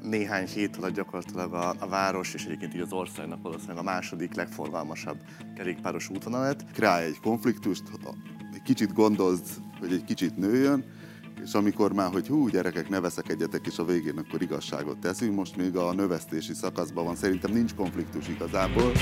néhány hét alatt gyakorlatilag a város és egyébként így az országnak valószínűleg a második legforgalmasabb kerékpáros útvonal lett. Kreál egy konfliktust, egy kicsit gondozd, hogy egy kicsit nőjön, és amikor már, hogy hú, gyerekek, ne veszekedjetek, és a végén akkor igazságot teszünk, most még a növesztési szakaszban van, szerintem nincs konfliktus igazából.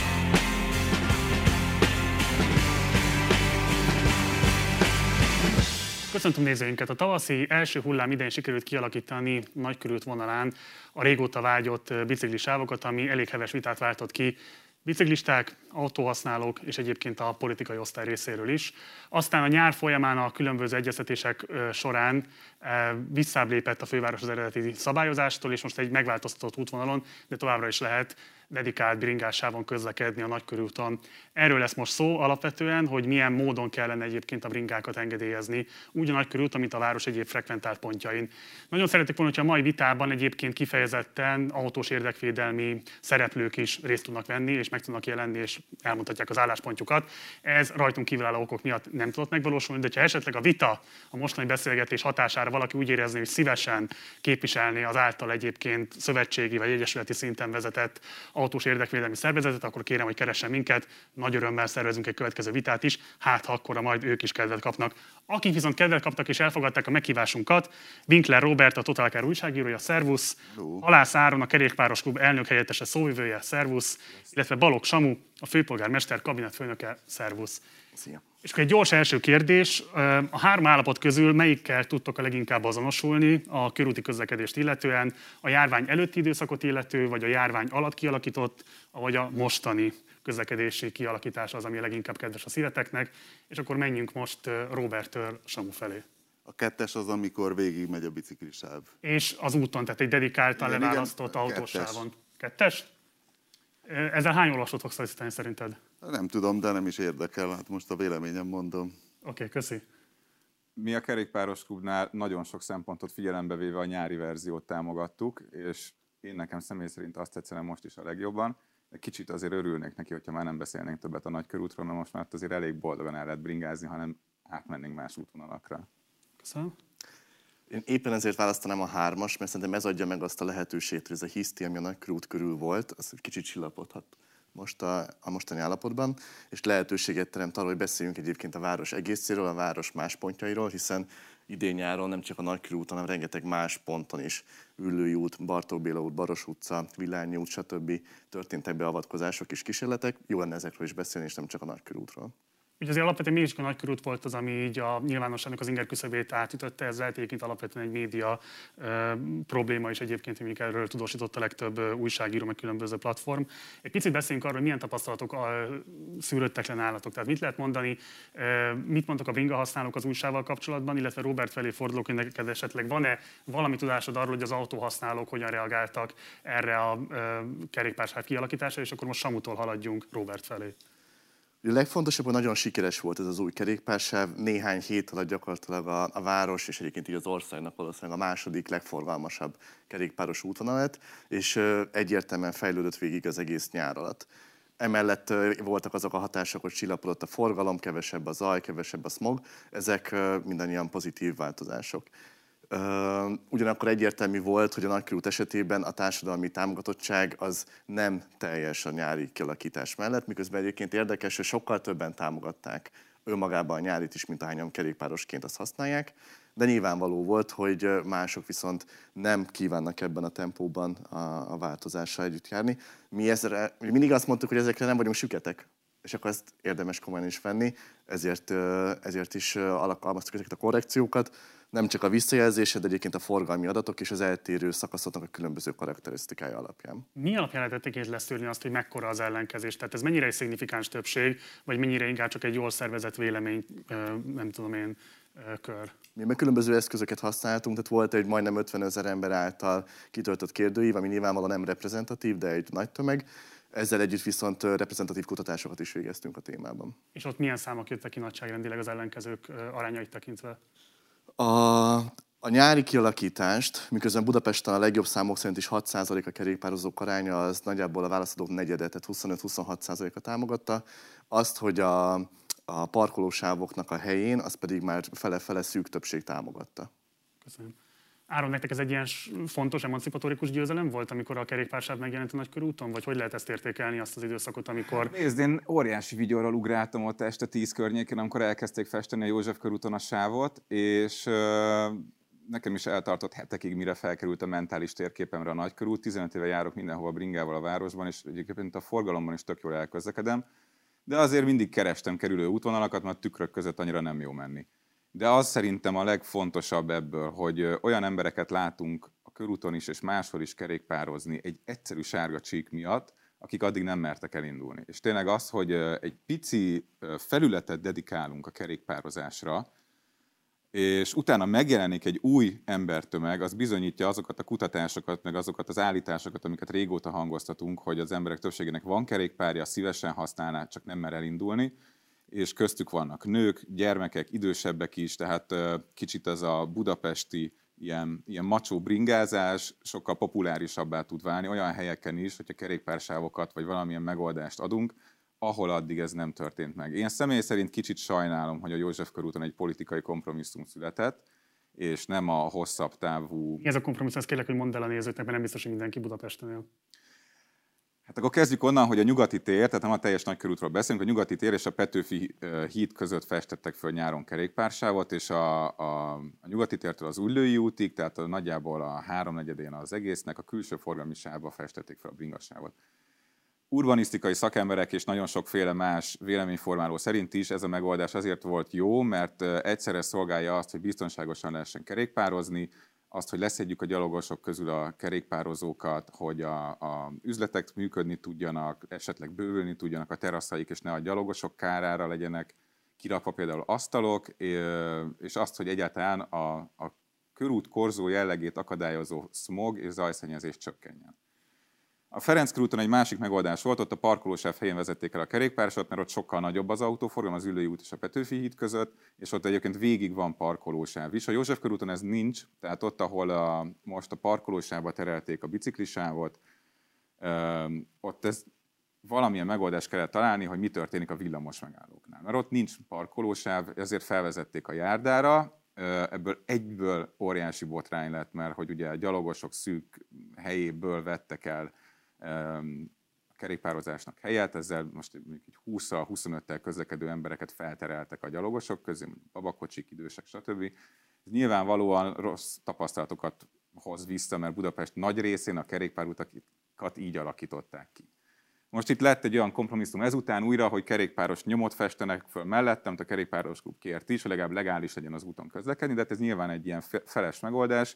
Köszöntöm nézőinket! A tavaszi első hullám idején sikerült kialakítani Nagykörút vonalán a régóta vágyott biciklisávokat, ami elég heves vitát váltott ki biciklisták, autóhasználók és egyébként a politikai osztály részéről is. Aztán a nyár folyamán a különböző egyeztetések során visszább lépett a főváros az eredeti szabályozástól, és most egy megváltoztatott útvonalon, de továbbra is lehet dedikált bringásávon közlekedni a Nagykörúton. Erről lesz most szó alapvetően, hogy milyen módon kellene egyébként a bringákat engedélyezni, úgy a Nagykörúton, mint a város egyéb frekventált pontjain. Nagyon szeretnék volna, hogyha a mai vitában egyébként kifejezetten autós érdekvédelmi szereplők is részt tudnak venni, és meg tudnak jelenni, és elmondhatják az álláspontjukat. Ez rajtunk kívülálló okok miatt nem tudott megvalósulni, de ha esetleg a vita, a mostani beszélgetés hatására valaki úgy érezni, hogy szívesen képviselni az által egyébként szövetségi vagy egyesületi szinten vezetett autós érdekvédelmi szervezetet, akkor kérem, hogy keressen minket, nagy örömmel szervezünk egy következő vitát is, hát ha akkor majd ők is kedvet kapnak. Akik viszont kedvet kaptak és elfogadták a meghívásunkat, Winkler Róbert, a Total Car újságírója, szervusz, Halász Áron, a Kerékpáros Klub elnök helyettese, szóvivője, szervusz, illetve Balogh Samu, a főpolgármester kabinetfőnöke, szervusz. Szia. És akkor egy gyors első kérdés, a három állapot közül melyikkel tudtok a leginkább azonosulni a körúti közlekedést illetően, a járvány előtti időszakot illető, vagy a járvány alatt kialakított, vagy a mostani közlekedési kialakítás az, ami a leginkább kedves a szíveteknek, és akkor menjünk most Róberttől Samu felé. A kettes az, amikor végigmegy a biciklisáv. És az úton, tehát egy dedikáltan leválasztott autósávon. Kettes? Ezzel hány olvasót fogsz szólítani szerinted? Nem tudom, de nem is érdekel, hát most a véleményem mondom. Oké, köszi. Mi a Kerékpáros Klubnál nagyon sok szempontot figyelembe véve a nyári verziót támogattuk, és én nekem személy szerint azt tetszene most is a legjobban. De kicsit azért örülnék neki, hogyha már nem beszélnénk többet a Nagykörútról, mert most már azért elég boldogan el lehet bringázni, hanem átmennénk más útvonalakra. Köszönöm. Én éppen ezért választanám a hármas, mert szerintem ez adja meg azt a lehetőséget, hogy ez a hiszti, ami a Nagykörút körül volt, az egy kicsit csillapodhat most a mostani állapotban, és lehetőséget teremt arra, hogy beszéljünk egyébként a város egészéről, a város más pontjairól, hiszen idén-nyáron nem csak a Nagykörúton, hanem rengeteg más ponton is, Üllői út, Bartók Béla út, Baros utca, Villányi út, stb. Történtek beavatkozások és kísérletek. Jó lenne ezekről is beszélni, és nem csak a Nagykörútról. Ugye azért alapvetően mégis a Nagykörút volt az, ami így a nyilvánosságnak az inger küszöbét átütötte, ez lehet egyébként alapvetően egy média probléma is egyébként, hogy erről tudósított a legtöbb újságíró, meg különböző platform. Egy picit beszéljünk arról, hogy milyen tapasztalatok szűrődtek le nálatok. Tehát mit lehet mondani, mit mondtak a bringa használók az újsával kapcsolatban, illetve Róbert felé fordulok, hogy neked esetleg van-e valami tudásod arról, hogy az autóhasználók hogyan reagáltak erre a kerékpársáv kialakításra, és akkor most Samutól haladjunk Róbert felé. A legfontosabb, hogy nagyon sikeres volt ez az új kerékpársáv. Néhány hét alatt gyakorlatilag a város és egyébként így az országnak valószínűleg a második legforgalmasabb kerékpáros útvonal lett, és egyértelműen fejlődött végig az egész nyár alatt. Emellett voltak azok a hatások, hogy csillapodott a forgalom, kevesebb a zaj, kevesebb a smog. Ezek mindannyian pozitív változások. Ugyanakkor egyértelmű volt, hogy a Nagykörút esetében a társadalmi támogatottság az nem teljes a nyári kialakítás mellett, miközben egyébként érdekes, hogy sokkal többen támogatták önmagában a nyárit is, mint ahányan kerékpárosként azt használják, de nyilvánvaló volt, hogy mások viszont nem kívánnak ebben a tempóban a változással együtt járni. Mi mindig azt mondtuk, hogy ezekre nem vagyunk süketek, és akkor ezt érdemes komolyan is venni, ezért is alkalmaztuk ezeket a korrekciókat. Nem csak a visszajelzésed, de egyébként a forgalmi adatok és az eltérő szakaszoknak a különböző karakterisztikája alapján. Mi alapján lehetett egyébként leszűrni azt, hogy mekkora az ellenkezés? Tehát ez mennyire egy szignifikáns többség, vagy mennyire inkább csak egy jól szervezett vélemény, nem tudom én, kör? Mi meg különböző eszközöket használtunk, tehát volt egy majdnem 50 000 ember által kitöltött kérdőív, ami nyilvánvalóan nem reprezentatív, de egy nagy tömeg. Ezzel együtt viszont reprezentatív kutatásokat is végeztünk a témában. És ott milyen számok jöttek ki nagyságrendileg az ellenkezők arányait tekintve? A nyári kialakítást, miközben Budapesten a legjobb számok szerint is 6% a kerékpározók aránya, az nagyjából a válaszadók negyede, tehát 25-26%-a támogatta. Azt, hogy a parkolósávoknak a helyén, az pedig már fele-fele szűk többség támogatta. Köszönöm. Áron, nektek ez egy ilyen fontos emancipatórikus győzelem volt, amikor a kerékpársáv megjelent a Nagykörúton? Vagy hogy lehet ezt értékelni, azt az időszakot, amikor... Nézd, én óriási vigyorral ugráltam ott este 10 környékén, amikor elkezdték festeni a József körúton a sávot, és nekem is eltartott hetekig, mire felkerült a mentális térképemre a Nagykörút. 15 éve járok mindenhol bringával a városban, és egyébként a forgalomban is tök jól elközlekedem, de azért mindig kerestem kerülő útvonalakat, mert a tükrök között annyira nem jó menni. De az szerintem a legfontosabb ebből, hogy olyan embereket látunk a körúton is és máshol is kerékpározni egy egyszerű sárga csík miatt, akik addig nem mertek elindulni. És tényleg az, hogy egy pici felületet dedikálunk a kerékpározásra, és utána megjelenik egy új embertömeg, az bizonyítja azokat a kutatásokat, meg azokat az állításokat, amiket régóta hangoztatunk, hogy az emberek többségének van kerékpárja, szívesen használná, csak nem mer elindulni, és köztük vannak nők, gyermekek, idősebbek is, tehát kicsit az a budapesti ilyen macsó bringázás sokkal populárisabbá tud válni olyan helyeken is, hogyha kerékpársávokat vagy valamilyen megoldást adunk, ahol addig ez nem történt meg. Én személy szerint kicsit sajnálom, hogy a József körúton egy politikai kompromisszum született, és nem a hosszabb távú... Ez a kompromisszum, ezt kérlek, hogy mondd el a nézőknek, mert nem biztos, hogy mindenki Budapesten él. Hát akkor kezdjük onnan, hogy a Nyugati tér, tehát nem a teljes Nagykörútról beszélünk, a Nyugati tér és a Petőfi híd között festettek föl nyáron kerékpársávot, és a Nyugati tértől az Üllői útig, tehát nagyjából a 3/4-én az egésznek a külső forgalmi sávba festették fel a bringasávot. Urbanisztikai szakemberek és nagyon sokféle más véleményformáló szerint is ez a megoldás azért volt jó, mert egyszerre szolgálja azt, hogy biztonságosan lehessen kerékpározni, azt, hogy leszedjük a gyalogosok közül a kerékpározókat, hogy a üzletek működni tudjanak, esetleg bővülni tudjanak a teraszaik, és ne a gyalogosok kárára legyenek kirakva például asztalok, és azt, hogy egyáltalán a körút korzó jellegét akadályozó szmog és zajszennyezés csökkenjen. A Ferenc körúton egy másik megoldás volt, ott a parkolósáv helyén vezették el a kerékpársat, mert ott sokkal nagyobb az autóforgalom, az Üllői út és a Petőfi híd között, és ott egyébként végig van parkolósáv is. A József körúton ez nincs, tehát ott, ahol most a parkolósávba terelték a biciklisávot, ott ez valamilyen megoldást kellett találni, hogy mi történik a villamos megállóknál. Mert ott nincs parkolósáv, ezért felvezették a járdára, ebből egyből óriási botrány lett, mert hogy ugye a gyalogosok szűk helyéből vettek el a kerékpározásnak helyet, ezzel most egy 20-25-tel közlekedő embereket feltereltek a gyalogosok közé, babakocsik, idősek, stb. Ez nyilvánvalóan rossz tapasztalatokat hoz vissza, mert Budapest nagy részén a kerékpárutakat így alakították ki. Most itt lett egy olyan kompromisszum ezután újra, hogy kerékpáros nyomot festenek föl mellettem, amit a kerékpáros klub kért is, hogy legalább legális legyen az úton közlekedni, de hát ez nyilván egy ilyen feles megoldás.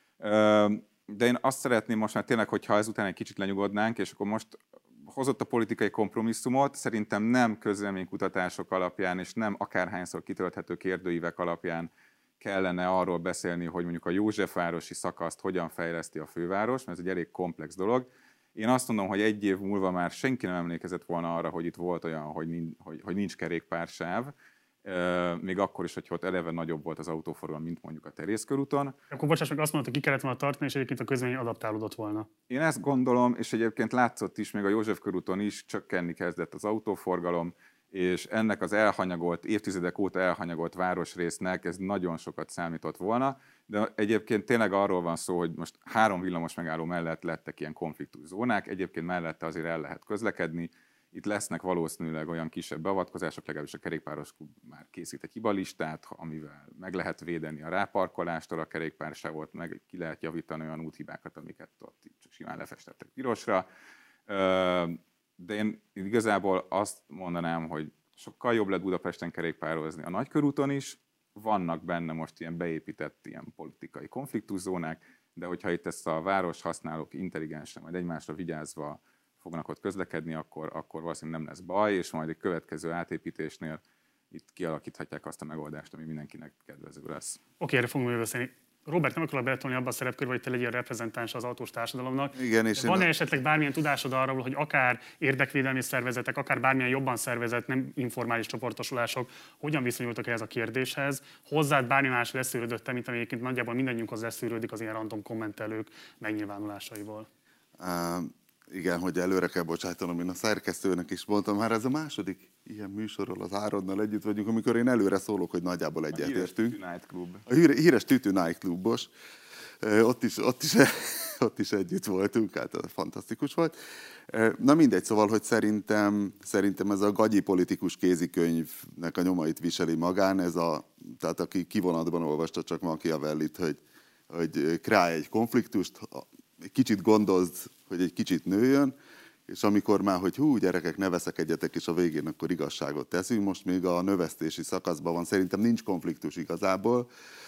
De én azt szeretném most már tényleg, hogyha ezután egy kicsit lenyugodnánk, és akkor most hozott a politikai kompromisszumot, szerintem nem közvéleménykutatások alapján, és nem akárhányszor kitölthető kérdőívek alapján kellene arról beszélni, hogy mondjuk a Józsefvárosi szakaszt hogyan fejleszti a főváros, mert ez egy elég komplex dolog. Én azt mondom, hogy egy év múlva már senki nem emlékezett volna arra, hogy itt volt olyan, hogy nincs kerékpársáv, még akkor is, hogy ott eleve nagyobb volt az autóforgalom, mint mondjuk a Terész körúton. Akkor bocsáss meg, azt mondod, hogy ki kellett volna tartani, és egyébként a közvélemény adaptálódott volna. Én ezt gondolom, és egyébként látszott is, még a József körúton is csökkenni kezdett az autóforgalom, és ennek az elhanyagolt, évtizedek óta elhanyagolt városrésznek ez nagyon sokat számított volna, de egyébként tényleg arról van szó, hogy most 3 villamos megálló mellett lettek ilyen konfliktuszónák, egyébként mellette azért el lehet közlekedni, itt lesznek valószínűleg olyan kisebb beavatkozások, legalábbis a kerékpáros klub már készít egy hibalistát, amivel meg lehet védeni a ráparkolástól a kerékpársávot, meg ki lehet javítani olyan úthibákat, amiket ott csak simán lefestettek pirosra. De én igazából azt mondanám, hogy sokkal jobb lett Budapesten kerékpározni a Nagykörúton is, vannak benne most ilyen beépített ilyen politikai konfliktuszónák, de hogyha itt ezt a város használók intelligensen, majd egymásra vigyázva fognak ott közlekedni, akkor valószínűleg nem lesz baj, és majd egy következő átépítésnél itt kialakíthatják azt a megoldást, ami mindenkinek kedvező lesz. Oké, erre fogunk beszélni. Robert, nem akarok beletolni abba a szerepkörbe, hogy te legyél reprezentáns az autós társadalomnak. Igen, és van-e esetleg bármilyen tudásod arról, hogy akár érdekvédelmi szervezetek, akár bármilyen jobban szervezett, nem informális csoportosulások hogyan viszonyultak ehhez a kérdéshez? Hozzád bármi más leszűrődött, mint ami egyébként nagyjából mindannyiunkhoz leszűrődik az ilyen random kommentelők megnyilvánulásaiból? Igen, hogy előre kell bocsájtanom, én a szerkesztőnek is mondtam, már ez a második ilyen műsorról az Áronnal együtt vagyunk, amikor én előre szólok, hogy nagyjából egyetértünk. A Híres Tütü Night Clubos. Ott is együtt voltunk, hát fantasztikus volt. Na mindegy, szóval, hogy szerintem ez a gagyi politikus kézikönyvnek a nyomait viseli magán, tehát aki kivonatban olvasta csak Machiavellit, hogy kreálj egy konfliktust, kicsit gondozd, hogy egy kicsit nőjön, és amikor már, hogy gyerekek, ne veszekedjetek, és a végén akkor igazságot teszünk, most még a növesztési szakaszban van, szerintem nincs konfliktus igazából.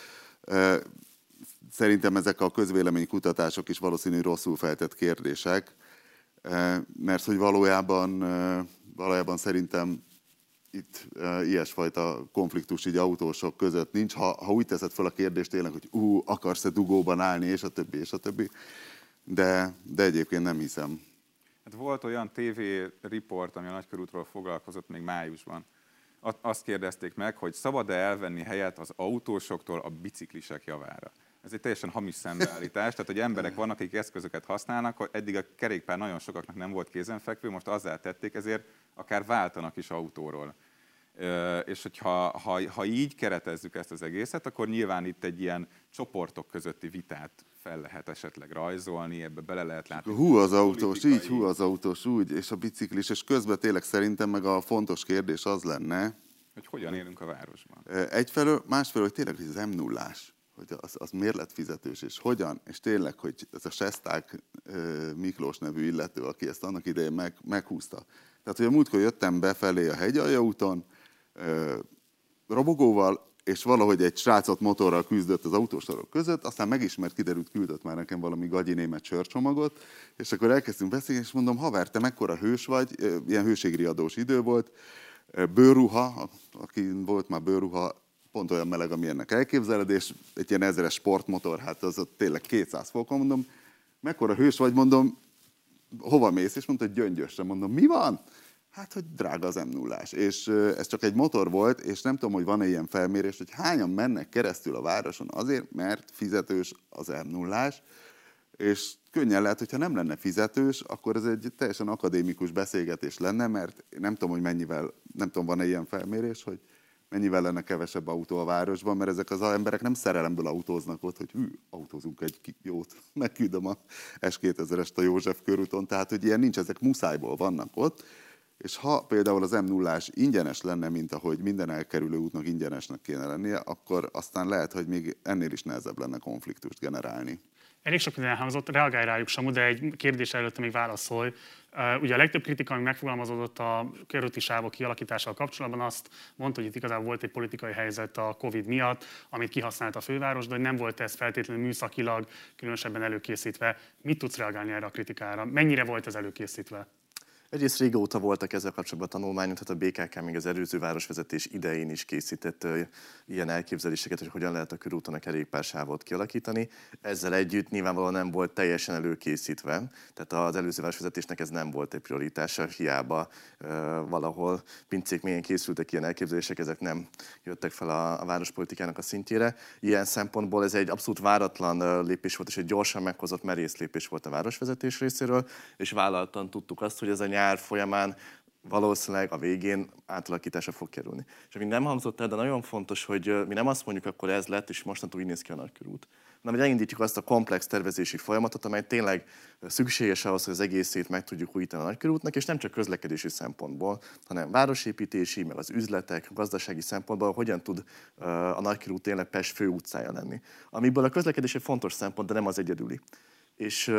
Szerintem ezek a közvéleménykutatások is valószínű rosszul feltett kérdések, mert hogy valójában szerintem itt ilyesfajta konfliktus így autósok között nincs. Ha úgy teszed fel a kérdést tényleg, hogy akarsz-e dugóban állni, és a többi, és a többi. De egyébként nem hiszem. Hát volt olyan TV-riport, ami a Nagykörútról foglalkozott még májusban. Azt kérdezték meg, hogy szabad-e elvenni helyet az autósoktól a biciklisek javára. Ez egy teljesen hamis szembeállítás, tehát hogy emberek vannak, akik eszközöket használnak, eddig a kerékpár nagyon sokaknak nem volt kézenfekvő, most azzal tették, ezért akár váltanak is autóról. És hogyha így keretezzük ezt az egészet, akkor nyilván itt egy ilyen csoportok közötti vitát fel lehet esetleg rajzolni, ebbe bele lehet látni. Az autós így, az autós úgy, és a biciklis, és közben tényleg szerintem meg a fontos kérdés az lenne, hogy hogyan élünk a városban. Egyfelől, másfelől, hogy tényleg, hogy az M0-ás, hogy az miért lett fizetős, és hogyan, és tényleg, hogy ez a Sesták Miklós nevű illető, aki ezt annak idején meghúzta. Tehát, hogy a múltkor jöttem befelé a Hegyalja úton, robogóval, és valahogy egy srácot motorral küzdött az autósorok között, aztán megismert, kiderült, küldött már nekem valami gagyi német sörcsomagot, és akkor elkezdtünk beszélni, és mondom, haver, te mekkora hős vagy, ilyen hőségriadós idő volt, bőrruha, aki volt már bőrruha, pont olyan meleg, amilyennek elképzeled, és egy ilyen 1000-es sportmotor, hát az ott tényleg 200 fokon, mondom, mekkora hős vagy, mondom, hova mész? És mondta, hogy Gyöngyösre, mondom, mi van? Hát, hogy drága az M0-ás. És ez csak egy motor volt, és nem tudom, hogy van-e ilyen felmérés, hogy hányan mennek keresztül a városon azért, mert fizetős az M0-ás, és könnyen lehet, hogyha nem lenne fizetős, akkor ez egy teljesen akadémikus beszélgetés lenne, mert nem tudom, hogy mennyivel, nem tudom, van-e ilyen felmérés, hogy mennyivel lenne kevesebb autó a városban, mert ezek az emberek nem szerelemből autóznak ott, hogy autózunk egy jót, megküldöm a S2000-est a József körúton, tehát hogy ilyen nincs, ezek muszájból vannak ott, és ha például az M0-ás ingyenes lenne, mint ahogy minden elkerülő útnak ingyenesnek kéne lennie, akkor aztán lehet, hogy még ennél is nehezebb lenne konfliktust generálni. Elég sok minden elhangzott, reagálj rájuk, Samu, de egy kérdés előtte még válaszolj. Ugye a legtöbb kritika, ami megfogalmazódott a körúti sávok kialakítással kapcsolatban, azt mondta, hogy itt igazából volt egy politikai helyzet a Covid miatt, amit kihasznált a főváros, de hogy nem volt ez feltétlenül műszakilag különösebben előkészítve. Mit tudsz reagálni erre a kritikára? Mennyire volt ez előkészítve? Egyrészt régóta voltak ezzel kapcsolatban tanulmányok, tehát a BKK még az előző városvezetés idején is készített ilyen elképzeléseket, hogy hogyan lehet a körúton a kerékpársávot kialakítani. Ezzel együtt nyilvánvalóan nem volt teljesen előkészítve, tehát az előző városvezetésnek ez nem volt egy prioritása, hiába valahol pincék mélyen készültek ilyen elképzelések, ezek nem jöttek fel a várospolitikának a szintjére. Ilyen szempontból ez egy abszolút váratlan lépés volt, és egy gyorsan meghozott merész lépés volt a városvezetés részéről, és vállaltan tudtuk azt, hogy ez a nyár folyamán valószínűleg a végén átalakításra fog kerülni. És ami nem hangzott el, de nagyon fontos, hogy mi nem azt mondjuk, akkor ez lett, és mostantól így néz ki a Nagykörút, hanem hogy elindítjuk azt a komplex tervezési folyamatot, amely tényleg szükséges ahhoz, hogy az egészét meg tudjuk újítani a Nagykörútnak, és nem csak közlekedési szempontból, hanem városépítési, meg az üzletek, gazdasági szempontból, hogyan tud a Nagykörút tényleg Pest főutcája lenni. Amiből a közlekedés egy fontos szempont, de nem az egyedüli. És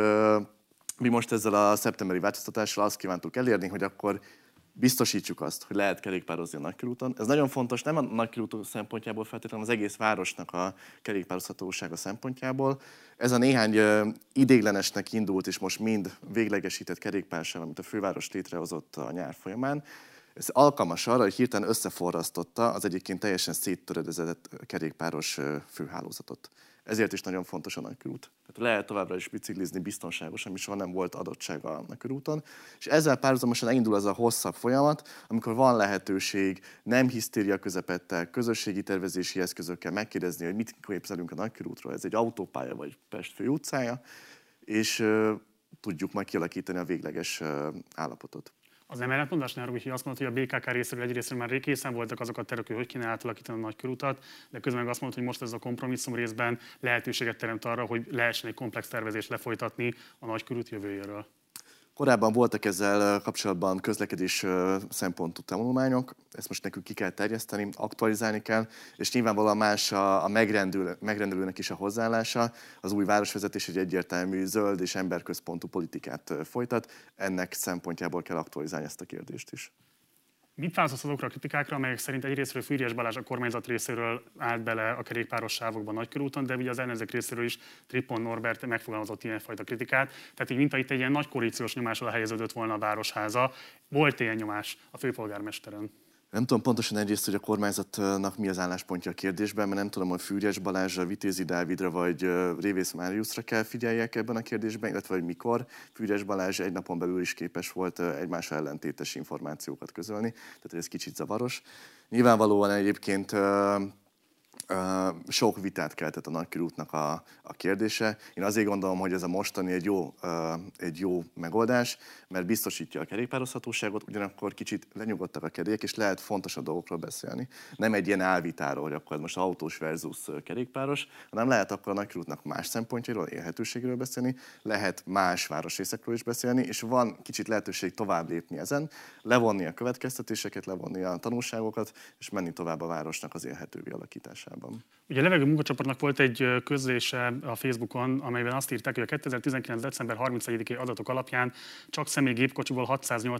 mi most ezzel a szeptemberi változtatással azt kívántuk elérni, hogy akkor biztosítsuk azt, hogy lehet kerékpározni a Nagykörúton. Ez nagyon fontos, nem a Nagykörút szempontjából feltétlenül, az egész városnak a kerékpározhatósága szempontjából. Ez a néhány ideiglenesnek indult, és most mind véglegesített kerékpársáv, amit a főváros létrehozott a nyár folyamán, ez alkalmas arra, hogy hirtelen összeforrasztotta az egyébként teljesen széttöredezett kerékpáros főhálózatot. Ezért is nagyon fontos a Nagykörút. Tehát lehet továbbra is biciklizni biztonságosan, ami soha nem volt adottság a Nagykörúton. És ezzel párhuzamosan elindul az a hosszabb folyamat, amikor van lehetőség nem hisztéria közepette, közösségi tervezési eszközökkel megkérdezni, hogy mit képzelünk a Nagykörútról. Ez egy autópálya vagy Pest főutcája, és tudjuk majd kialakítani a végleges állapotot. Az nem ellentmondás, ne arra, hogy azt mondod, hogy a BKK részéről egyrészt már készen voltak azok a terök, hogy kéne átalakítani a nagykörútat, de közben meg azt mondod, hogy most ez a kompromisszum részben lehetőséget teremt arra, hogy lehessen egy komplex tervezést lefolytatni a nagykörút jövőjéről. Korábban voltak ezzel kapcsolatban közlekedés szempontú tanulmányok, ezt most nekünk ki kell terjeszteni, aktualizálni kell, és nyilvánvalóan más a megrendelőnek is a hozzáállása. Az új városvezetés egy egyértelmű zöld és emberközpontú politikát folytat, ennek szempontjából kell aktualizálni ezt a kérdést is. Mit válaszolsz azokra a kritikákra, amelyek szerint egyrésztről Fűrjes Balázs a kormányzat részéről állt bele a kerékpáros sávokban Nagykörúton, de ugye az ellenzék részéről is Trippon Norbert megfogalmazott ilyenfajta kritikát. Tehát így mint itt egy ilyen nagy koalíciós nyomás alá helyeződött volna a városháza, volt ilyen nyomás a főpolgármesteren? Nem tudom pontosan egyrészt, hogy a kormányzatnak mi az álláspontja a kérdésben, mert nem tudom, hogy Fűrjes Balázsra, Vitézi Dávidra vagy Révész Máriuszra kell figyeljek ebben a kérdésben, illetve hogy mikor. Fűrjes Balázs egy napon belül is képes volt egymással ellentétes információkat közölni, tehát ez kicsit zavaros. Nyilvánvalóan egyébként sok vitát keltett a Nagykörútnak a kérdése. Én azért gondolom, hogy ez a mostani egy jó megoldás, mert biztosítja a kerékpározhatóságot, ugyanakkor kicsit lenyugodtak a kedélyek, és lehet fontosabb dolgokról beszélni. Nem egy ilyen álvitáról, hogy akkor most autós versus kerékpáros, hanem lehet akkor a Nagykörútnak más szempontjairól, élhetőségről beszélni, lehet más városrészekről is beszélni, és van kicsit lehetőség tovább lépni ezen, levonni a következtetéseket, levonni a tanulságokat, és menni tovább a városnak az élhetővé alakításában. Ugye a levegő munkacsoportnak volt egy közlése a Facebookon, amelyben azt írták, hogy a 2019. december 31-i adatok alapján csak személygépkocsiból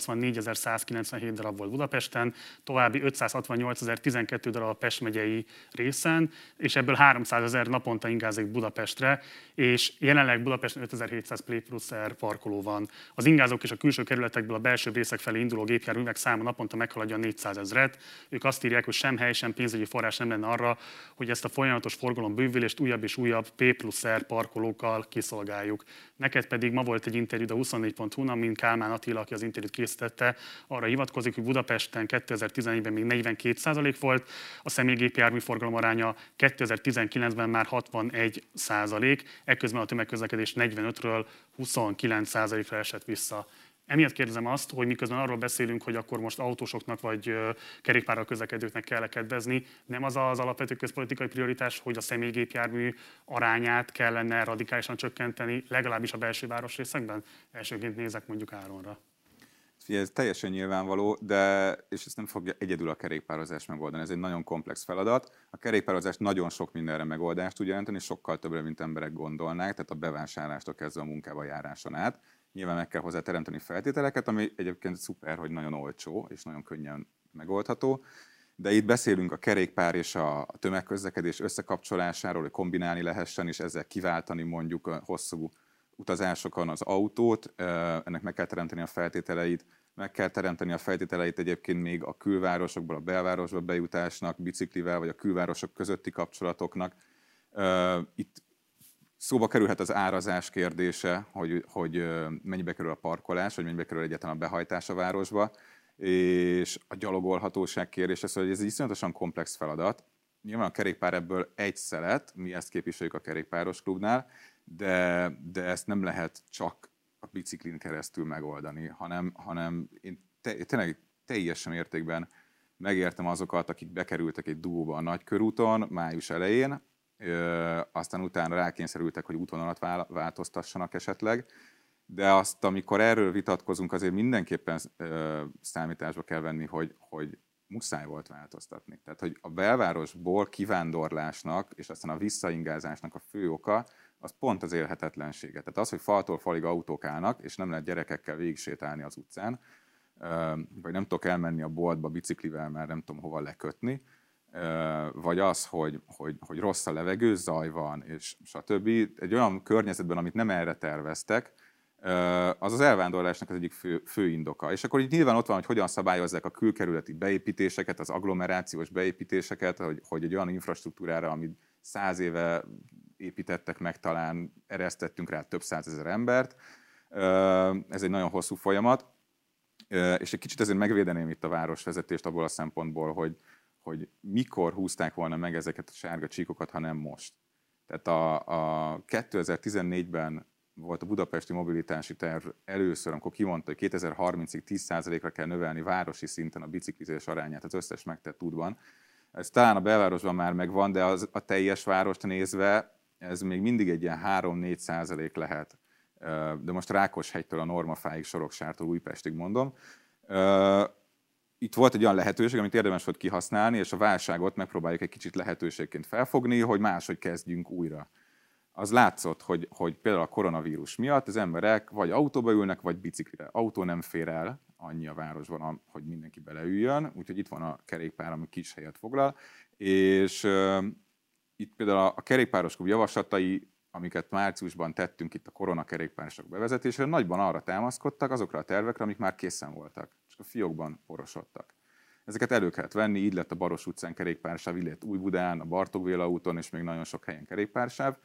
684.197 darab volt Budapesten, további 568.012 darab a Pest megyei részen, és ebből 300.000 naponta ingázik Budapestre, és jelenleg Budapesten 5700 Play Plus R parkoló van. Az ingázók és a külső kerületekből a belső részek felé induló gépjárművek száma naponta meghaladja 400.000-et. Ők azt írják, hogy sem hely, sem pénzügyi forrás nem lenne arra, hogy ezt a folyamatos forgalombővülést újabb és újabb P plusz R parkolókkal kiszolgáljuk. Neked pedig ma volt egy interjú a 24.hu-n, amin Kálmán Attila, aki az interjút készítette, arra hivatkozik, hogy Budapesten 2014-ben még 42% volt, a személygépjármű forgalom aránya 2019-ben már 61%, ekközben a tömegközlekedés 45-ről 29%-ra esett vissza. Emiatt kérdezem azt, hogy miközben arról beszélünk, hogy akkor most autósoknak vagy kerékpárral közlekedőknek kell kedvezni, nem az az alapvető közpolitikai prioritás, hogy a személygépjármű arányát kellene radikálisan csökkenteni, legalábbis a belső városrészekben? Elsőként nézek mondjuk Áronra. Ez teljesen nyilvánvaló, és ezt nem fogja egyedül a kerékpározás megoldani. Ez egy nagyon komplex feladat. A kerékpározás nagyon sok mindenre megoldást tud jelenteni, sokkal többre, mint emberek gondolnák, tehát a bevásárlástól kezdve a munkába járáson át. Nyilván meg kell hozzá teremteni feltételeket, ami egyébként szuper, hogy nagyon olcsó és nagyon könnyen megoldható. De itt beszélünk a kerékpár és a tömegközlekedés összekapcsolásáról, hogy kombinálni lehessen, és ezzel kiváltani mondjuk a hosszú utazásokon az autót. Ennek meg kell teremteni a feltételeit. Meg kell teremteni a feltételeit egyébként még a külvárosokból a belvárosba bejutásnak, biciklivel, vagy a külvárosok közötti kapcsolatoknak. Itt szóba kerülhet az árazás kérdése, hogy mennyibe kerül a parkolás, vagy mennyibe kerül egyáltalán a behajtás a városba, és a gyalogolhatóság kérdése, szóval ez egy iszonyatosan komplex feladat. Nyilván a kerékpár ebből egy szelet, mi ezt képviseljük a kerékpáros klubnál, de ezt nem lehet csak a biciklin keresztül megoldani, hanem én tényleg teljesen mértékben megértem azokat, akik bekerültek egy duóba a Nagykörúton május elején, aztán utána rákényszerültek, hogy útvonalat változtassanak esetleg, de azt, amikor erről vitatkozunk, azért mindenképpen számításba kell venni, hogy muszáj volt változtatni. Tehát, hogy a belvárosból kivándorlásnak, és aztán a visszaingázásnak a fő oka, az pont az élhetetlensége. Tehát az, hogy faltól falig autók állnak, és nem lehet gyerekekkel végig sétálni az utcán, vagy nem tudok elmenni a boltba biciklivel, mert nem tudom hova lekötni, vagy az, hogy rossz a levegő, zaj van, és stb. Egy olyan környezetben, amit nem erre terveztek, az elvándorlásnak az egyik fő indoka. És akkor így nyilván ott van, hogy hogyan szabályozzák a külkerületi beépítéseket, az agglomerációs beépítéseket, hogy egy olyan infrastruktúrára, amit 100 éve építettek meg, talán eresztettünk rá több százezer embert. Ez egy nagyon hosszú folyamat, és egy kicsit ezért megvédeném itt a városvezetést abból a szempontból, hogy mikor húzták volna meg ezeket a sárga csíkokat, ha nem most. Tehát a 2014-ben volt a budapesti mobilitási terv először, amikor kimondta, hogy 2030-ig 10%-ra kell növelni városi szinten a biciklizés arányát az összes megtett útban. Ez talán a belvárosban már megvan, de a teljes várost nézve ez még mindig egy ilyen 3-4% lehet. De most Rákoshegytől a Normafáig, Soroksártól Újpestig mondom. Itt volt egy olyan lehetőség, amit érdemes volt kihasználni, és a válságot megpróbáljuk egy kicsit lehetőségként felfogni, hogy máshogy kezdjünk újra. Az látszott, hogy például a koronavírus miatt az emberek vagy autóba ülnek, vagy biciklire. Autó nem fér el annyi a városban, hogy mindenki beleüljön, úgyhogy itt van a kerékpár, ami kis helyet foglal, és itt például a kerékpáros klub javaslatai, amiket márciusban tettünk itt a koronakerékpárosok bevezetésére, nagyban arra támaszkodtak, azokra a tervekre, amik már készen voltak, csak a fiókban porosodtak. Ezeket elő kellett venni, így lett a Baros utcán kerékpársáv, így lett Újbudán, a Bartók Béla úton, és még nagyon sok helyen kerékpársáv.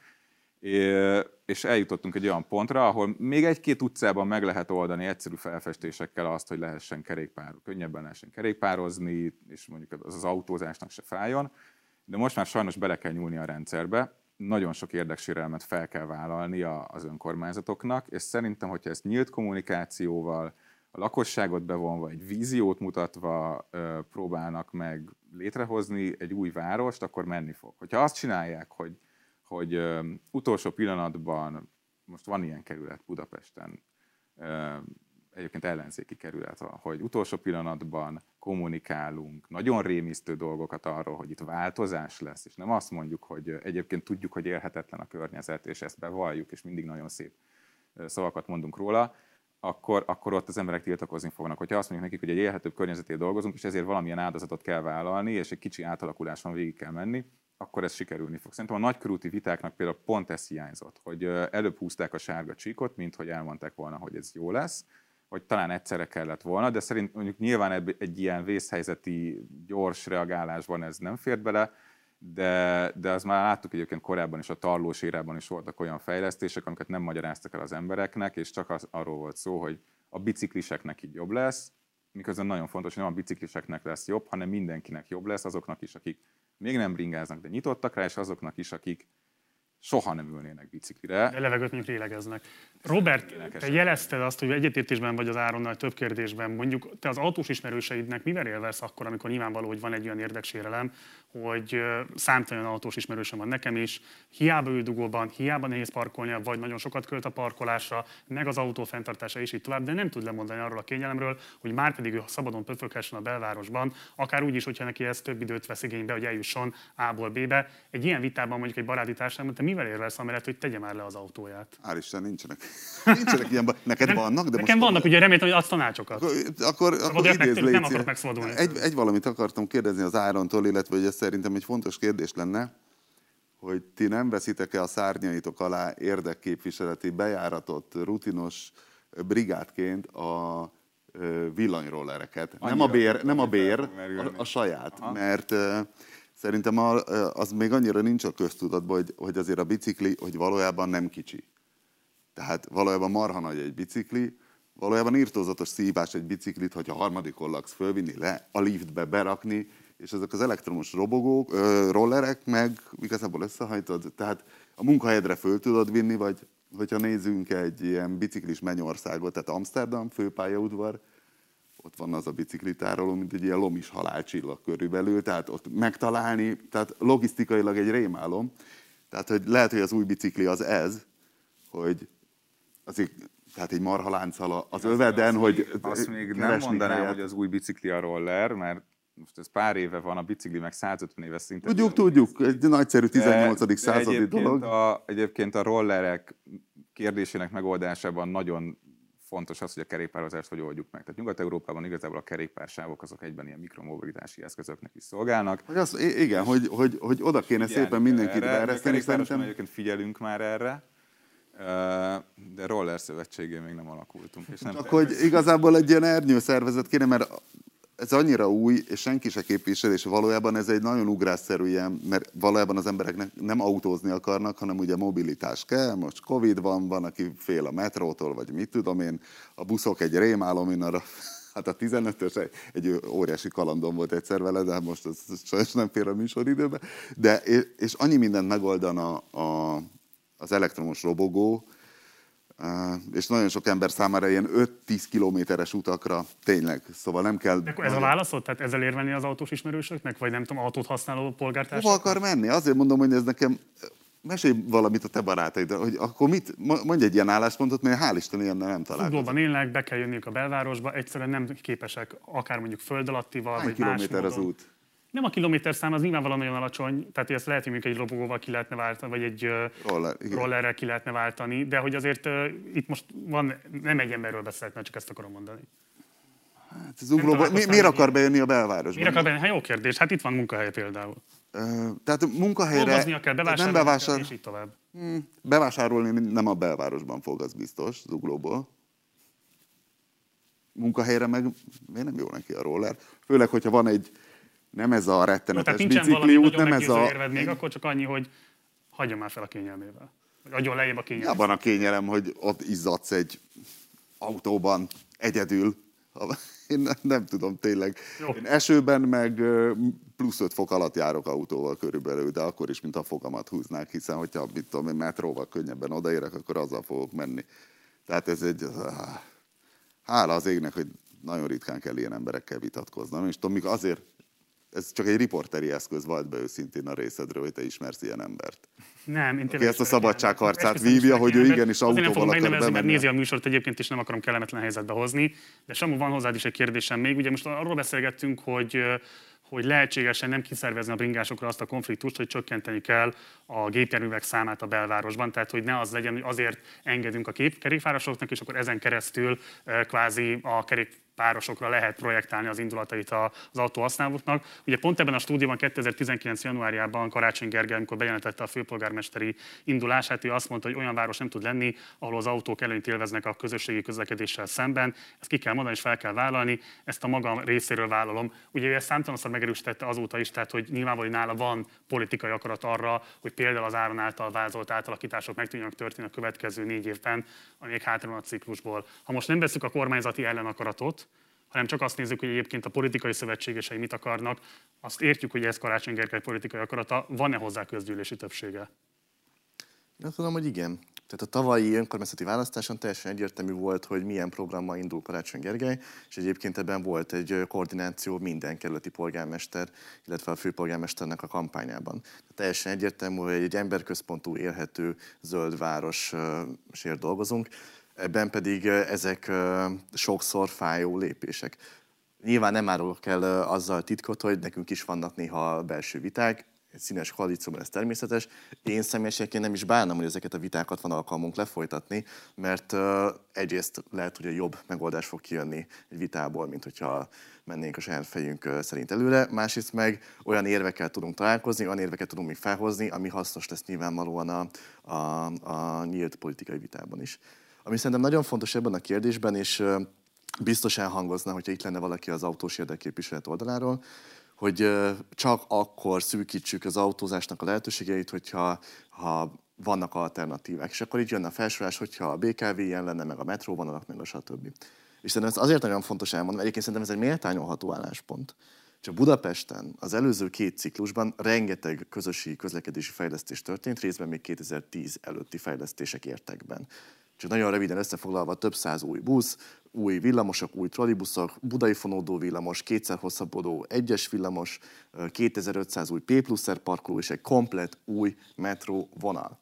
És eljutottunk egy olyan pontra, ahol még egy-két utcában meg lehet oldani egyszerű felfestésekkel azt, hogy lehessen könnyebben lehessen kerékpározni, és mondjuk az autózásnak se fájjon. De most már sajnos bele kell nyúlni a rendszerbe, nagyon sok érdeksérelmet fel kell vállalni az önkormányzatoknak, és szerintem, hogyha ezt nyílt kommunikációval, a lakosságot bevonva, egy víziót mutatva próbálnak meg létrehozni egy új várost, akkor menni fog. Hogyha azt csinálják, hogy utolsó pillanatban, most van ilyen kerület Budapesten, egyébként ellenzéki kerület, hogy utolsó pillanatban kommunikálunk nagyon rémisztő dolgokat arról, hogy itt változás lesz, és nem azt mondjuk, hogy egyébként tudjuk, hogy élhetetlen a környezet, és ezt bevalljuk, és mindig nagyon szép szavakat mondunk róla, akkor ott az emberek tiltakozni fognak. Hogyha azt mondjuk nekik, hogy egy élhetőbb környezetét dolgozunk, és ezért valamilyen áldozatot kell vállalni, és egy kicsi átalakuláson végig kell menni, akkor ez sikerülni fog. Szerintem a nagykörúti vitáknak például pont ez hiányzott, hogy előbb húzták a sárga csíkot, mint hogy elmondták volna, hogy ez jó lesz, hogy talán egyszerre kellett volna, de szerint mondjuk nyilván egy ilyen vészhelyzeti gyors reagálásban ez nem fért bele, de azt már láttuk egyébként korábban is, a tarlós érában is voltak olyan fejlesztések, amiket nem magyaráztak el az embereknek, és csak arról volt szó, hogy a bicikliseknek így jobb lesz, miközben nagyon fontos, hogy nem a bicikliseknek lesz jobb, hanem mindenkinek jobb lesz, azoknak is, akik még nem bringáznak, de nyitottak rá, és azoknak is, akik soha nem ülnének biciklire. De levegőt mondjuk lélegeznek. Robert, te jelezted azt, hogy egyetértésben vagy az Áronnal több kérdésben. Mondjuk te az autós ismerőseidnek mivel élvezsz akkor, amikor nyilvánvaló, hogy van egy olyan érdeksérelem, hogy számtalan autós ismerősöm van nekem is, hiába ül dugóban, hiába nehéz parkolnia, vagy nagyon sokat költ a parkolásra, meg az autó fenntartása és így tovább, de nem tud lemondani arról a kényelemről, hogy márpedig ő szabadon pöföghessen a belvárosban, akár úgy is, hogyha neki ez több időt vesz igénybe, hogy eljusson A-ból B-be. Egy ilyen vitában mondjuk egy baráti társadalomban te mivel érvelsz amellett, hogy tegye már le az autóját? Hál' Isten, nincsenek ilyen neked vannak, de nekem vannak, ugye reméltem, hogy adsz tanácsokat. Akkor idézz, légy nem akarok megszabadulni. Egy valamit akartam kérdezni az Árontól, illetve hogy ez szerintem egy fontos kérdés lenne, hogy ti nem veszitek-e a szárnyaitok alá érdekképviseleti bejáratott, rutinos brigádként a villanyrollereket. Nem a bér, a saját. Aha. Mert szerintem az még annyira nincs a köztudatban, hogy azért a bicikli, hogy valójában nem kicsi. Tehát valójában marha nagy egy bicikli, valójában irtózatos szívás egy biciklit, hogyha harmadikon laksz, fölvinni le, a liftbe berakni, és ezek az elektromos robogók, rollerek meg igazából összehajtod, tehát a munkahelyedre föl tudod vinni, vagy hogyha nézzünk egy ilyen biciklis mennyországot, tehát Amsterdam főpályaudvar, ott van az a biciklitároló, mint egy ilyen lomis halálcsillag körülbelül, tehát ott megtalálni, tehát logisztikailag egy rémálom. Tehát, hogy lehet, hogy az új bicikli az ez, hogy azért, tehát egy marhalánccal az öveden, hogy azt még nem mondanám, hogy az új bicikli a roller, mert most ez pár éve van, a bicikli meg 150 éves szinten. Tudjuk, egy nagyszerű 18. századi dolog. Egyébként a rollerek kérdésének megoldásában nagyon fontos az, hogy a kerékpározást hogy oldjuk meg. Tehát Nyugat-Európában igazából a kerékpársávok azok egyben ilyen mikromobilitási eszközöknek is szolgálnak. Igen, hogy oda kéne szépen mindenkit beereszteni. Szerintem egyébként figyelünk már erre, de roller szövetségé még nem alakultunk. És nem hogy igazából egy ilyen ernyőszervezet kéne, mert ez annyira új, és senki se képvisel, és valójában ez egy nagyon ugrásszerű ilyen, mert valójában az embereknek nem autózni akarnak, hanem ugye mobilitás kell. Most Covid van, aki fél a metrótól, vagy mit tudom én, a buszok egy rémálom, én arra, hát a 15-ös egy óriási kalandom volt egyszer vele, de most ez sajnos nem fér a műsoridőbe. És annyi mindent megoldana az elektromos robogó, És nagyon sok ember számára ilyen 5-10 kilométeres utakra tényleg, szóval nem kell... De ez a válaszod? Tehát ezzel érvelni az autós ismerősöknek? Vagy nem tudom, autót használó polgártársak? Hova akar menni? Azért mondom, hogy ez nekem... Mesélj valamit a te barátaidra, hogy akkor mit, mondj egy ilyen álláspontot, mert hál' Isten ilyennel nem találkozom. Zuglóban élnek, be kell jönniük a belvárosba, egyszerűen nem képesek akár mondjuk föld alattival, Hány vagy más kilométer az módon. út? Nem a kilométerszám, az nyilvánvalóan nagyon alacsony, tehát ezt lehet, hogy mondjuk egy lobogóval ki lehetne váltani, vagy egy rollerrel ki lehetne váltani, de hogy azért itt most van, nem egy emberről beszélhetne, csak ezt akarom mondani. Hát Zuglóban, miért akar bejönni a belvárosba? Miért akar bejönni? Hát jó kérdés, hát itt van munkahelye például. Tehát munkahelyre Dolgoznia kell, bevásárolni kell, és így tovább. Bevásárolni nem a belvárosban fog, az biztos, Zuglóból. Munkahelyre meg miért nem jó neki a roller? Főleg, hogyha van egy, nem ez a rettenetes bicikliút, nem ez a... Érved még, akkor csak annyi, hogy hagyjon már fel a kényelmével. Vagy adjon lejjebb a kényelmével. Abban a kényelem, hogy ott izzadsz egy autóban egyedül. Én nem tudom, tényleg. Jó. Én esőben meg plusz 5 fok alatt járok autóval körülbelül, de akkor is, mint a fogamat húznák, hiszen hogyha mit tudom, én metróval könnyebben odaérek, akkor azzal fogok menni. Tehát ez egy... Hála az égnek, hogy nagyon ritkán kell ilyen emberekkel vitatkoznom. És tudom, azért, ez csak egy riporteri eszköz volt be őszintén a részedről, hogy te ismersz ilyen embert. Nem, én aki ezt a szabadságharcát vívja, hogy ő igenis autóval akar bemenni. Mert nézi a műsort egyébként, és nem akarom kellemetlen helyzetbe hozni. De Samu, van hozzád is egy kérdésem még. Ugye most arról beszélgettünk, hogy lehetségesen nem kiszervezni a bringásokra azt a konfliktust, hogy csökkenteni kell a gépjárművek számát a belvárosban, tehát hogy ne az legyen, hogy azért engedünk a kerékpárosoknak, és akkor ezen keresztül kvázi a kerékpárosokra lehet projektálni az indulatait az autóhasználóknak. Ugye pont ebben a stúdióban 2019. januárjában Karácsony Gergely, amikor bejelentette a főpolgármesteri indulását, ő azt mondta, hogy olyan város nem tud lenni, ahol az autók előnyt élveznek a közösségi közlekedéssel szemben. Ezt ki kell mondani, és fel kell vállalni. Ezt a magam részéről vállalom. Ugye ő ezt számtalanszor megerősítette azóta is, tehát hogy nyilvánvaló, hogy nála van politikai akarat arra, hogy például az Áron által vázolt átalakítások meg tudjanak történni a következő 4 évben, ami még hátra van a ciklusból. Ha most nem veszük a kormányzati ellenakaratot, hanem csak azt nézzük, hogy egyébként a politikai szövetségesei mit akarnak, azt értjük, hogy ez Karácsony Gergely politikai akarata, van-e hozzá közgyűlési többsége? Én azt mondom, hogy igen. Tehát a tavalyi önkormányzati választáson teljesen egyértelmű volt, hogy milyen programmal indul Karácsony Gergely, és egyébként ebben volt egy koordináció minden kerületi polgármester, illetve a főpolgármesternek a kampányában. Tehát teljesen egyértelmű, hogy egy emberközpontú, élhető, zöld városért dolgozunk, ebben pedig ezek sokszor fájó lépések. Nyilván nem árulok el azzal titkot, hogy nekünk is vannak néha belső viták, egy színes koalícióban ez természetes. Én személyesénként nem is bánom, hogy ezeket a vitákat van alkalmunk lefolytatni, mert egyrészt lehet, hogy a jobb megoldás fog kijönni egy vitából, mint hogyha mennénk a saját fejünk szerint előre. Másrészt meg olyan érvekkel tudunk találkozni, olyan érveket tudunk még felhozni, ami hasznos lesz nyilvánvalóan a nyílt politikai vitában is. Ami szerintem nagyon fontos ebben a kérdésben, és biztos elhangozna, hogyha itt lenne valaki az autós érdekképviselet oldaláról, hogy csak akkor szűkítsük az autózásnak a lehetőségeit, hogyha vannak alternatívák. És akkor itt jönne a felsorolás, hogyha a BKV ilyen lenne, meg a metró vonalak, meg a stb. És szerintem ez azért nagyon fontos elmondani, mert egyébként szerintem ez egy méltányolható álláspont. Csak Budapesten az előző 2 ciklusban rengeteg közösségi közlekedési fejlesztés történt, részben még 2010 előtti fejlesztések értekben. Csak nagyon röviden összefoglalva, több száz új busz, új villamosok, új trollibuszok, budai fonódó villamos, 2-szer hosszabbodó 1-es villamos, 2500 új P+R parkoló és egy komplett új metró vonal.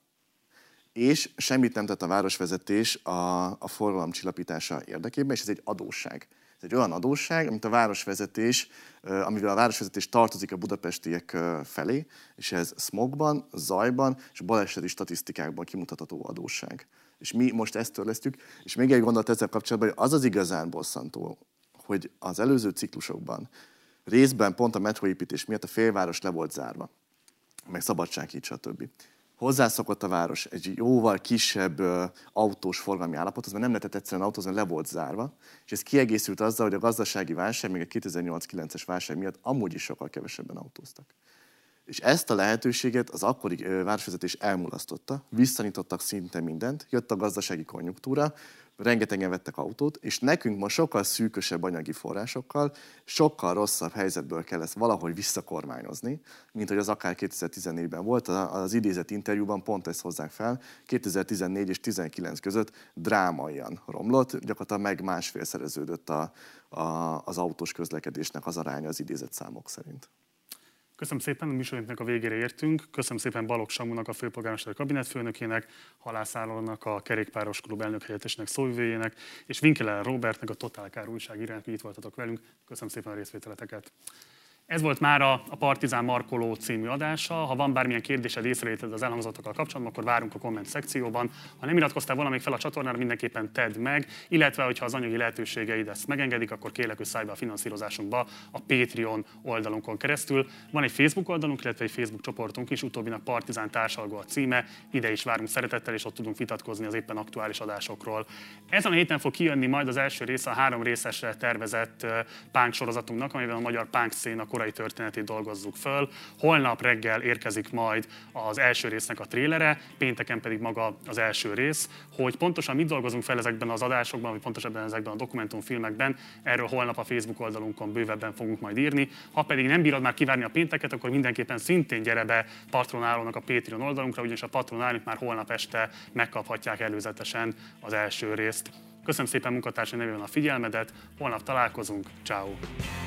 És semmit nem tett a városvezetés a forgalom csillapítása érdekében, és ez egy adósság. Ez egy olyan adósság, amit a városvezetés, amivel a városvezetés tartozik a budapestiek felé, és ez smogban, zajban és baleseti statisztikákban kimutatható adósság. És mi most ezt törlesztjük, és még egy gondolat ezzel kapcsolatban, hogy az az igazán bosszantó, hogy az előző ciklusokban részben pont a metróépítés miatt a félváros le volt zárva, meg Szabadsághíd, stb. Hozzászokott a város egy jóval kisebb autós forgalmi állapothoz, mert nem lehetett egyszerűen autózni, le volt zárva, és ez kiegészült azzal, hogy a gazdasági válság, még a 2008-9-es válság miatt amúgy is sokkal kevesebben autóztak. És ezt a lehetőséget az akkori városvezetés elmulasztotta, visszanyitottak szinte mindent, jött a gazdasági konjunktúra, rengetegen vettek autót, és nekünk most sokkal szűkösebb anyagi forrásokkal, sokkal rosszabb helyzetből kell ezt valahogy visszakormányozni, mint hogy az akár 2014-ben volt. Az idézett interjúban pont ezt hozzák fel, 2014 és 2019 között drámaian romlott, gyakorlatilag meg másfélszereződött az autós közlekedésnek az aránya az idézett számok szerint. Köszönöm szépen, a műsorunknak a végére értünk. Köszönöm szépen Balogh Samunak, a főpolgármester kabinetfőnökének, Halász Áronnak, a Kerékpáros Klub elnök helyettesnek, szóvivőjének, és Winkler Robertnek, a Totál Kár újságírónak, hogy itt voltatok velünk. Köszönöm szépen a részvételeteket. Ez volt már a Partizán Markoló című adása. Ha van bármilyen kérdésed, észrevételed az elhangzottakkal kapcsolatban, akkor várunk a komment szekcióban. Ha nem iratkoztál valamelyik fel a csatornára, mindenképpen tedd meg, illetve hogyha az anyagi lehetőségeid ezt megengedik, akkor kérlek, hogy szállj be a finanszírozásunkba a Patreon oldalunkon keresztül. Van egy Facebook oldalunk, illetve egy Facebook csoportunk is, utóbbinak Partizán társalgó a címe. Ide is várunk szeretettel, és ott tudunk vitatkozni az éppen aktuális adásokról. Ezen a héten fog kijönni majd az első része a 3 részesre tervezett punk sorozatunknak, amiben a magyar punk széna korai történetét dolgozzuk föl. Holnap reggel érkezik majd az első résznek a trélere, pénteken pedig maga az első rész. Hogy pontosan mit dolgozunk fel ezekben az adásokban, vagy pontosabban ezekben a dokumentumfilmekben, erről holnap a Facebook oldalunkon bővebben fogunk majd írni. Ha pedig nem bírod már kivárni a pénteket, akkor mindenképpen szintén gyere be Patronálónak a Patreon oldalunkra, ugyanis a patronálók már holnap este megkaphatják előzetesen az első részt. Köszönöm szépen munkatársai nevében a figyelmedet, holnap találkozunk, ciao.